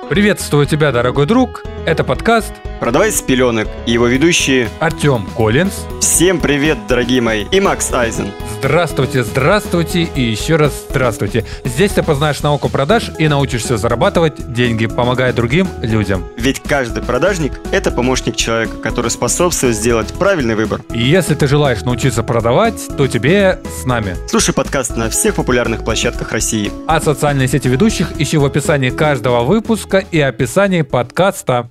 Приветствую тебя, дорогой друг. Это подкаст «Продавай с пеленок» и его ведущие Артем Коллинз. Всем привет, дорогие мои, и Макс Айзен. Здравствуйте, здравствуйте и еще раз здравствуйте. Здесь ты познаешь науку продаж и научишься зарабатывать деньги, помогая другим людям. Ведь каждый продажник – это помощник человека, который способствует сделать правильный выбор. И если ты желаешь научиться продавать, то тебе с нами. Слушай подкаст на всех популярных площадках России. А социальные сети ведущих ищи в описании каждого выпуска и описании подкаста.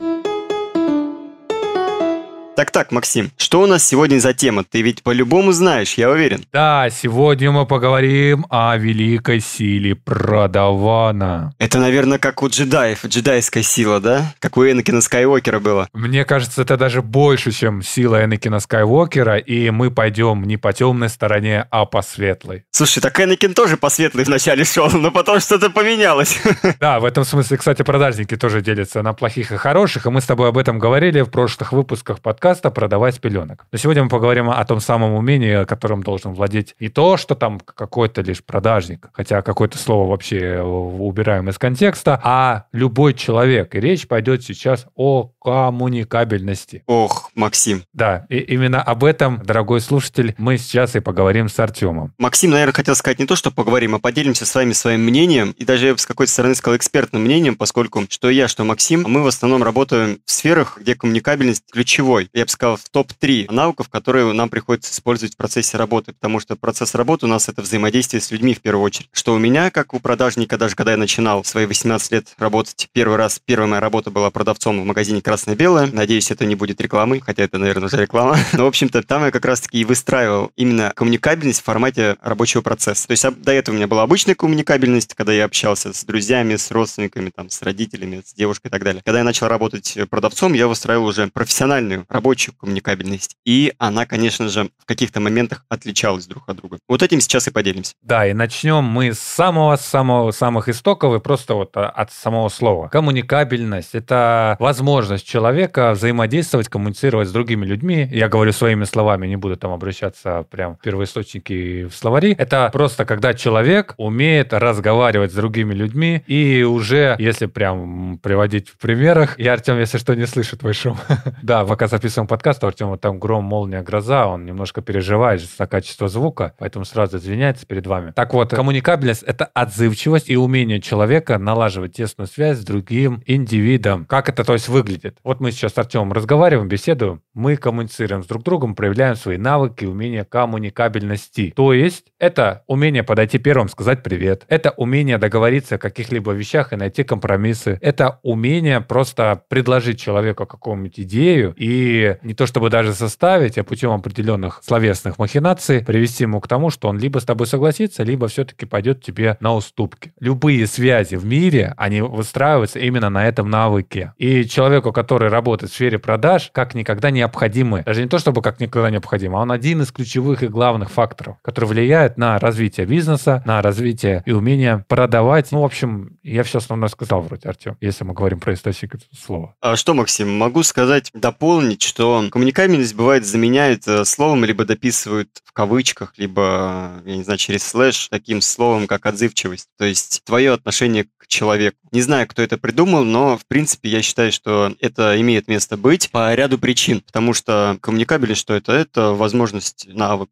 Так, Максим, что у нас сегодня за тема? Ты ведь по-любому знаешь, я уверен. Да, сегодня мы поговорим о великой силе продавана. Это, наверное, как у джедаев, джедайская сила, да? Как у Энакина Скайуокера было. Мне кажется, это даже больше, чем сила Энакина Скайуокера, и мы пойдем не по темной стороне, а по светлой. Слушай, так Энакин тоже по светлой вначале шел, но потом что-то поменялось. Да, в этом смысле, кстати, продажники тоже делятся на плохих и хороших, и мы с тобой об этом говорили в прошлых выпусках подкаста «Продавать с пеленок». Но сегодня мы поговорим о том самом умении, которым должен владеть не то, что там какой-то лишь продажник, хотя какое-то слово вообще убираем из контекста, а любой человек. И речь пойдет сейчас о коммуникабельности. Ох, Максим. Да, и именно об этом, дорогой слушатель, мы сейчас и поговорим с Артемом. Максим, наверное, хотел сказать не то, что поговорим, а поделимся с вами своим мнением, и даже с какой-то стороны сказал экспертным мнением, поскольку что я, что Максим, мы в основном работаем в сферах, где коммуникабельность ключевой. Я бы сказал, в топ-3 навыков, которые нам приходится использовать в процессе работы, потому что процесс работы у нас это взаимодействие с людьми в первую очередь. Что у меня, как у продажника, даже когда я начинал в свои 18 лет работать, первая моя работа была продавцом в магазине «Красное-белое». Надеюсь, это не будет рекламой, хотя это, наверное, уже реклама. Но, в общем-то, там я как раз-таки и выстраивал именно коммуникабельность в формате рабочего процесса. То есть до этого у меня была обычная коммуникабельность, когда я общался с друзьями, с родственниками, там, с родителями, с девушкой и так далее. Когда я начал работать продавцом, я выстраивал уже профессиональную рабочую коммуникабельность. И она, конечно же, в каких-то моментах отличалась друг от друга. Вот этим сейчас и поделимся. Да, и начнем мы с самых истоков и просто вот от самого слова. Коммуникабельность – это возможность человека взаимодействовать, коммуницировать с другими людьми. Я говорю своими словами, не буду там обращаться прям в первоисточники в словари. Это просто когда человек умеет разговаривать с другими людьми и уже, если прям приводить в примерах, я, Артем, если что, не слышу твой шум. Да, пока записываем подкаст, у Артема там гром, молния, гроза, он немножко переживает за качество звука, поэтому сразу извиняется перед вами. Так вот, коммуникабельность – это отзывчивость и умение человека налаживать тесную связь с другим индивидом. Как это, то есть, выглядит? Вот мы сейчас с Артемом разговариваем, беседуем, мы коммуницируем с друг другом, проявляем свои навыки, умения коммуникабельности. То есть, это умение подойти первым, сказать привет. Это умение договориться о каких-либо вещах и найти компромиссы. Это умение просто предложить человеку какую-нибудь идею и не то чтобы даже составить, а путем определенных словесных махинаций привести ему к тому, что он либо с тобой согласится, либо все-таки пойдет тебе на уступки. Любые связи в мире, они выстраиваются именно на этом навыке. И человеку, который работает в сфере продаж, как никогда необходимы. Даже не то, чтобы как никогда необходимо, а он один из ключевых и главных факторов, который влияет на развитие бизнеса, на развитие и умение продавать. Ну, в общем, я все основное сказал вроде, Артем, если мы говорим про источник этого слова. А что, Максим, могу сказать, дополнить, что коммуникабельность бывает заменяют словом, либо дописывают в кавычках, либо, я не знаю, через слэш таким словом, как отзывчивость. То есть твое отношение к человеку. Не знаю, кто это придумал, но, в принципе, я считаю, что это имеет место быть по ряду причин. Потому что коммуникабельность, что это? Это возможность, навык,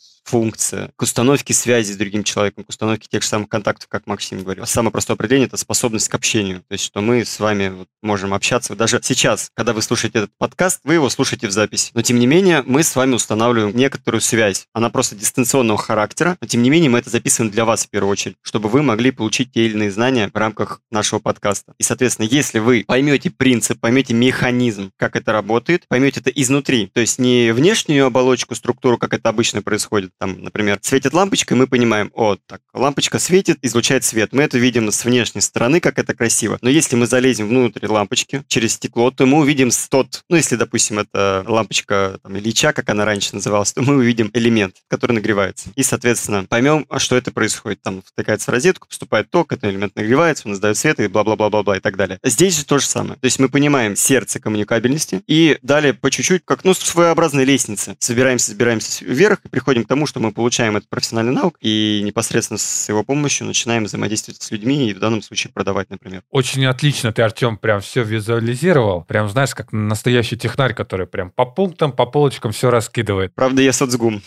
функция к установке связи с другим человеком, к установке тех же самых контактов, как Максим говорил. Самое простое определение – это способность к общению. То есть, что мы с вами можем общаться. Даже сейчас, когда вы слушаете этот подкаст, вы его слушаете в записи. Но, тем не менее, мы с вами устанавливаем некоторую связь. Она просто дистанционного характера, но, тем не менее, мы это записываем для вас в первую очередь, чтобы вы могли получить те или иные знания в рамках нашего подкаста. И, соответственно, если вы поймете принцип, поймете механизм, как это работает, поймете это изнутри, то есть не внешнюю оболочку, структуру, как это обычно происходит, там, например, светит лампочка, и мы понимаем, так, лампочка светит, излучает свет. Мы это видим с внешней стороны, как это красиво. Но если мы залезем внутрь лампочки через стекло, то мы увидим если, допустим, это лампочка там, Ильича, как она раньше называлась, то мы увидим элемент, который нагревается. И, соответственно, поймем, что это происходит. Там втыкается в розетку, поступает ток, этот элемент нагревается, он издает свет и бла-бла-бла-бла-бла и так далее. Здесь же то же самое. То есть мы понимаем сердце коммуникабельности и далее по чуть-чуть, как своеобразная лестница. Собираемся вверх и приходим к тому, тому, что мы получаем этот профессиональный навык и непосредственно с его помощью начинаем взаимодействовать с людьми и в данном случае продавать, например. Очень отлично ты, Артем, прям все визуализировал. Прям, знаешь, как настоящий технарь, который прям по пунктам, по полочкам все раскидывает. Правда, я соцгум.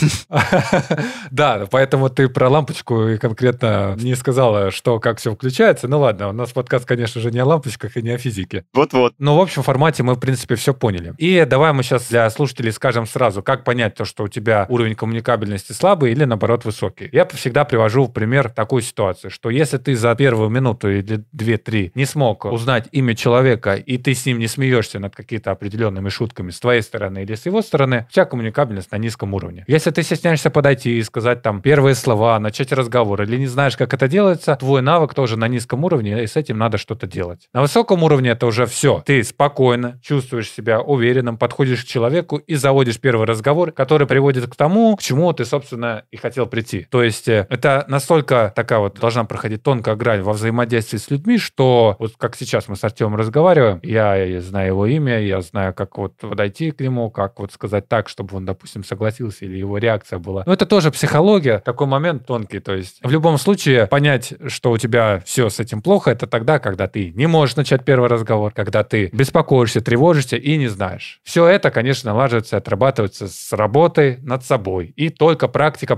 Да, поэтому ты про лампочку и конкретно не сказала, что, как все включается. Ну ладно, у нас подкаст, конечно же, не о лампочках и не о физике. Вот-вот. Но в общем формате мы, в принципе, все поняли. И давай мы сейчас для слушателей скажем сразу, как понять то, что у тебя уровень коммуникабельности слабый или, наоборот, высокий. Я всегда привожу в пример такую ситуацию, что если ты за первую минуту или 2-3 не смог узнать имя человека, и ты с ним не смеешься над какими-то определенными шутками с твоей стороны или с его стороны, у тебя коммуникабельность на низком уровне. Если ты стесняешься подойти и сказать там первые слова, начать разговор, или не знаешь, как это делается, твой навык тоже на низком уровне, и с этим надо что-то делать. На высоком уровне это уже все. Ты спокойно чувствуешь себя уверенным, подходишь к человеку и заводишь первый разговор, который приводит к тому, к чему ты, собственно, и хотел прийти. То есть это настолько такая вот должна проходить тонкая грань во взаимодействии с людьми, что вот как сейчас мы с Артемом разговариваем, я знаю его имя, я знаю, как вот подойти к нему, как вот сказать так, чтобы он, допустим, согласился или его реакция была. Но это тоже психология, такой момент тонкий. То есть в любом случае понять, что у тебя все с этим плохо, это тогда, когда ты не можешь начать первый разговор, когда ты беспокоишься, тревожишься и не знаешь. Все это, конечно, налаживается и отрабатывается с работой над собой. И только практика.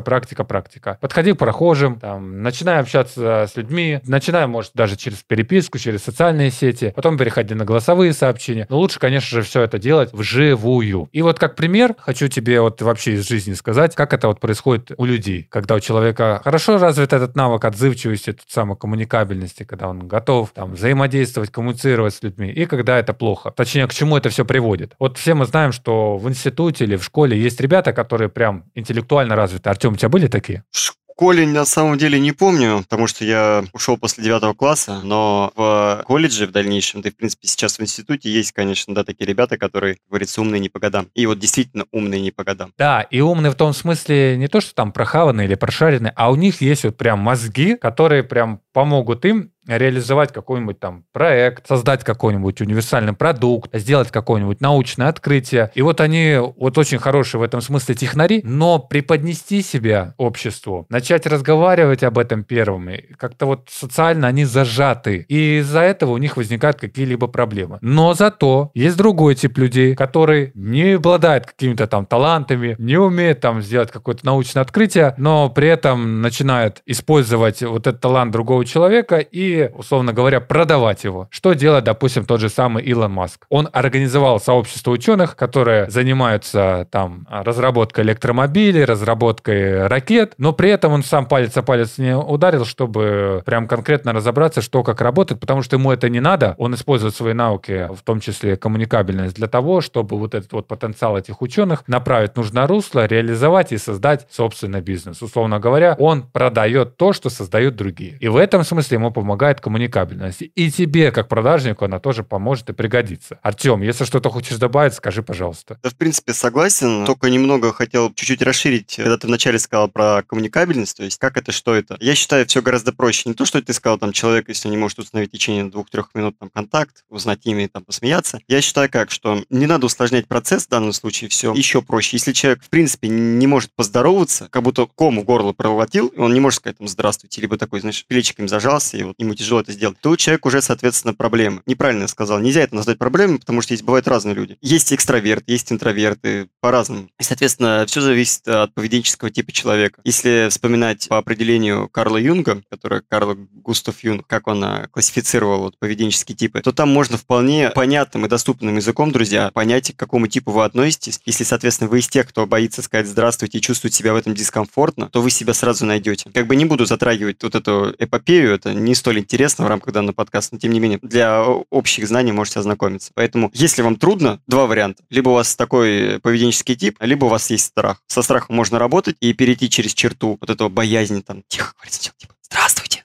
Подходи к прохожим, там, начинай общаться с людьми, начинай, может, даже через переписку, через социальные сети, потом переходи на голосовые сообщения. Но лучше, конечно же, все это делать вживую. И вот как пример хочу тебе вот вообще из жизни сказать, как это вот происходит у людей, когда у человека хорошо развит этот навык отзывчивости, тут самой коммуникабельности, когда он готов там взаимодействовать, коммуницировать с людьми, и когда это плохо. Точнее, к чему это все приводит. Вот все мы знаем, что в институте или в школе есть ребята, которые прям интеллектуально развиты. Артем, у тебя были такие? В школе на самом деле не помню, потому что я ушел после 9 класса, но в колледже в дальнейшем, да и в принципе сейчас в институте есть, конечно, да, такие ребята, которые, как говорится, умные не по годам. И вот действительно умные не по годам. Да, и умные в том смысле не то, что там прохаванные или прошаренные, а у них есть вот прям мозги, которые прям помогут им реализовать какой-нибудь там проект, создать какой-нибудь универсальный продукт, сделать какое-нибудь научное открытие. И вот они вот очень хорошие в этом смысле технари, но преподнести себя обществу, начать разговаривать об этом первыми, как-то вот социально они зажаты. И из-за этого у них возникают какие-либо проблемы. Но зато есть другой тип людей, который не обладает какими-то там талантами, не умеет там сделать какое-то научное открытие, но при этом начинает использовать вот этот талант другого человека и, условно говоря, продавать его. Что делает, допустим, тот же самый Илон Маск? Он организовал сообщество ученых, которые занимаются там разработкой электромобилей, разработкой ракет, но при этом он сам палец о палец не ударил, чтобы прям конкретно разобраться, что как работает, потому что ему это не надо. Он использует свои науки, в том числе коммуникабельность, для того, чтобы вот этот вот потенциал этих ученых направить в нужное русло, реализовать и создать собственный бизнес. Условно говоря, он продает то, что создают другие. И в этом смысле ему помогает коммуникабельность. И тебе, как продажнику, она тоже поможет и пригодится. Артем, если что-то хочешь добавить, скажи, пожалуйста. Да, в принципе, согласен. Только немного хотел чуть-чуть расширить, когда ты вначале сказал про коммуникабельность, то есть как это, что это. Я считаю, все гораздо проще. Не то, что ты сказал, там, человек, если не может установить в течение 2-3 минут там, контакт, узнать имя и там посмеяться. Я считаю как, что не надо усложнять процесс в данном случае, все еще проще. Если человек, в принципе, не может поздороваться, как будто кому в горло проглотил, и он не может сказать там здравствуйте, либо такой, знаешь, плечиками зажался, и вот ему тяжело это сделать, то у человека уже, соответственно, проблемы. Неправильно я сказал. Нельзя это назвать проблемой, потому что есть бывают разные люди. Есть экстраверты, есть интроверты, по-разному. И, соответственно, все зависит от поведенческого типа человека. Если вспоминать по определению Карла Юнга, который Карл Густав Юнг, как он классифицировал вот, поведенческие типы, то там можно вполне понятным и доступным языком, друзья, понять, к какому типу вы относитесь. Если, соответственно, вы из тех, кто боится сказать здравствуйте и чувствует себя в этом дискомфортно, то вы себя сразу найдете. Как бы не буду затрагивать вот эту эпопею, это не столь интересно в рамках данного подкаста, но тем не менее, для общих знаний можете ознакомиться. Поэтому, если вам трудно, два варианта. Либо у вас такой поведенческий тип, либо у вас есть страх. Со страхом можно работать и перейти через черту вот этого боязни, там, тихо говорить сначала, типа, здравствуйте, потом,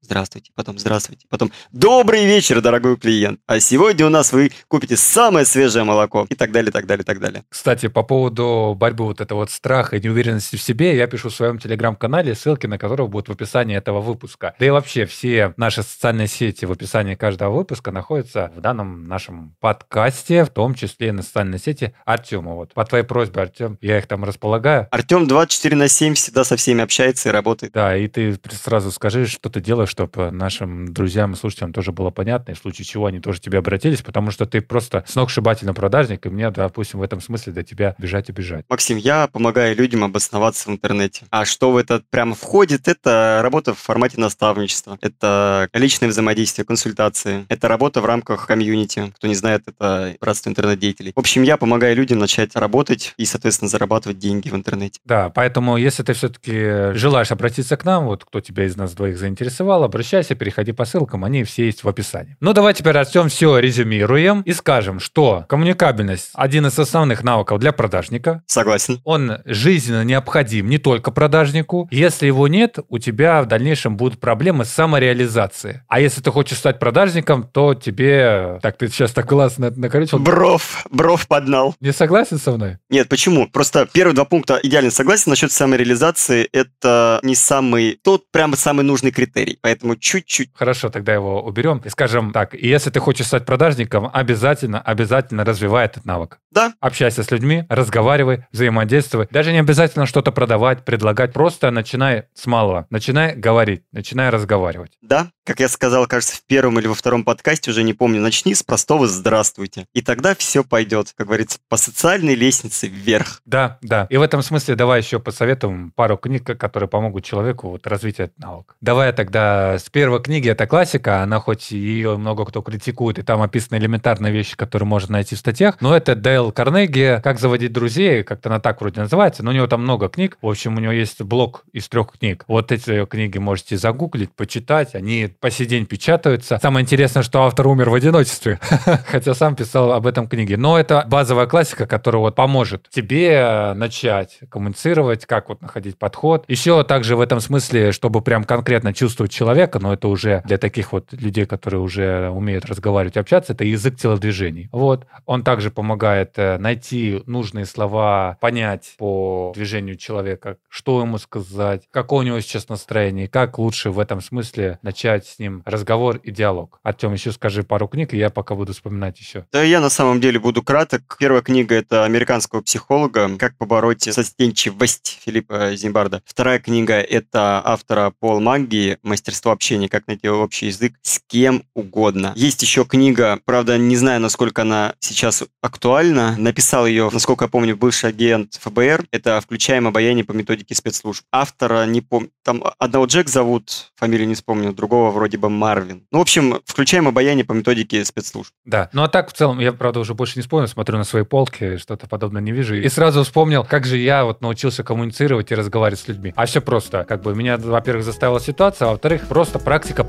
здравствуйте, потом здравствуйте, потом добрый вечер, дорогой клиент. А сегодня у нас вы купите самое свежее молоко и так далее, так далее, так далее. Кстати, по поводу борьбы вот этого вот страха и неуверенности в себе, я пишу в своем телеграм-канале, ссылки на которые будут в описании этого выпуска. Да и вообще все наши социальные сети в описании каждого выпуска находятся в данном нашем подкасте, в том числе и на социальной сети Артема. Вот по твоей просьбе, Артем, я их там располагаю. Артем 24/7 всегда со всеми общается и работает. Да, и ты сразу скажи, что ты делаешь, чтобы нашим друзьям и слушателям тоже было понятно, и в случае чего они тоже к тебе обратились, потому что ты просто сногсшибательный продажник, и мне, допустим, в этом смысле до тебя бежать и бежать. Максим, я помогаю людям обосноваться в интернете. А что в это прямо входит? Это работа в формате наставничества, это личное взаимодействие, консультации, это работа в рамках комьюнити. Кто не знает, это братство интернет-деятелей. В общем, я помогаю людям начать работать и, соответственно, зарабатывать деньги в интернете. Да, поэтому, если ты все-таки желаешь обратиться к нам, вот кто тебя из нас двоих заинтересовал, обращайся, переходи по ссылкам, они все есть в описании. Ну, давай теперь, Артем, все резюмируем и скажем, что коммуникабельность – один из основных навыков для продажника. Согласен. Он жизненно необходим не только продажнику. Если его нет, у тебя в дальнейшем будут проблемы с самореализацией. А если ты хочешь стать продажником, то тебе... Так, ты сейчас так классно накорючил. Бров поднал. Не согласен со мной? Нет, почему? Просто первые два пункта идеально согласен. Насчет самореализации это не самый... Тот прямо самый нужный критерий. Поэтому чуть-чуть. Хорошо, тогда его уберем. И скажем так, если ты хочешь стать продажником, обязательно развивай этот навык. Да. Общайся с людьми, разговаривай, взаимодействуй. Даже не обязательно что-то продавать, предлагать. Просто начинай с малого. Начинай говорить, начинай разговаривать. Да, как я сказал, кажется, в первом или во втором подкасте, уже не помню, начни с простого «здравствуйте». И тогда все пойдет, как говорится, по социальной лестнице вверх. Да. И в этом смысле давай еще посоветуем пару книг, которые помогут человеку вот развить этот навык. Давай тогда с первой книги, это классика, она хоть ее много кто критикует, и там описаны элементарные вещи, которые можно найти в статьях, но это Дейл Карнеги «Как заводить друзей», как-то она так вроде называется, но у него там много книг, в общем, у него есть блок из 3 книг. Вот эти книги можете загуглить, почитать, они по сей день печатаются. Самое интересное, что автор умер в одиночестве, хотя сам писал об этом книге. Но это базовая классика, которая вот поможет тебе начать коммуницировать, как вот находить подход. Еще также в этом смысле, чтобы прям конкретно чувствовать человека, но это уже для таких вот людей, которые уже умеют разговаривать, общаться, это язык телодвижений. Вот. Он также помогает найти нужные слова, понять по движению человека, что ему сказать, какое у него сейчас настроение, как лучше в этом смысле начать с ним разговор и диалог. Артем, еще скажи пару книг, и я пока буду вспоминать еще. Да, я на самом деле буду краток. Первая книга – это американского психолога «Как побороть застенчивость» Филиппа Зимбарда. Вторая книга – это автора Пол Магги «Мастерство общения. Как найти общий язык с кем угодно». Есть еще книга, правда, не знаю, насколько она сейчас актуальна. Написал ее, насколько я помню, бывший агент ФБР. Это «Включаем обаяние по методике спецслужб». Автора не помню. Там одного Джек зовут, фамилию не вспомню, другого вроде бы Марвин. Ну, в общем, «Включаем обаяние по методике спецслужб». Да. Ну, а так, в целом, я, правда, уже больше не вспомню, смотрю на свои полки, что-то подобное не вижу. И сразу вспомнил, как же я вот научился коммуницировать и разговаривать с людьми. А все просто. Как бы меня, во-первых, заставила ситуация, а во-вторых, просто практика.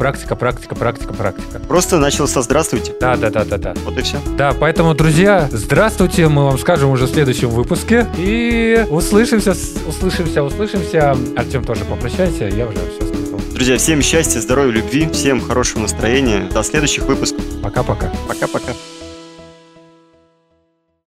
Просто начал со «здравствуйте». Да. Вот и все. Да, поэтому, друзья, здравствуйте, мы вам скажем уже в следующем выпуске. И услышимся. Артем тоже попрощайся, я уже все сказал. Друзья, всем счастья, здоровья, любви, всем хорошего настроения. До следующих выпусков. Пока-пока. Пока-пока.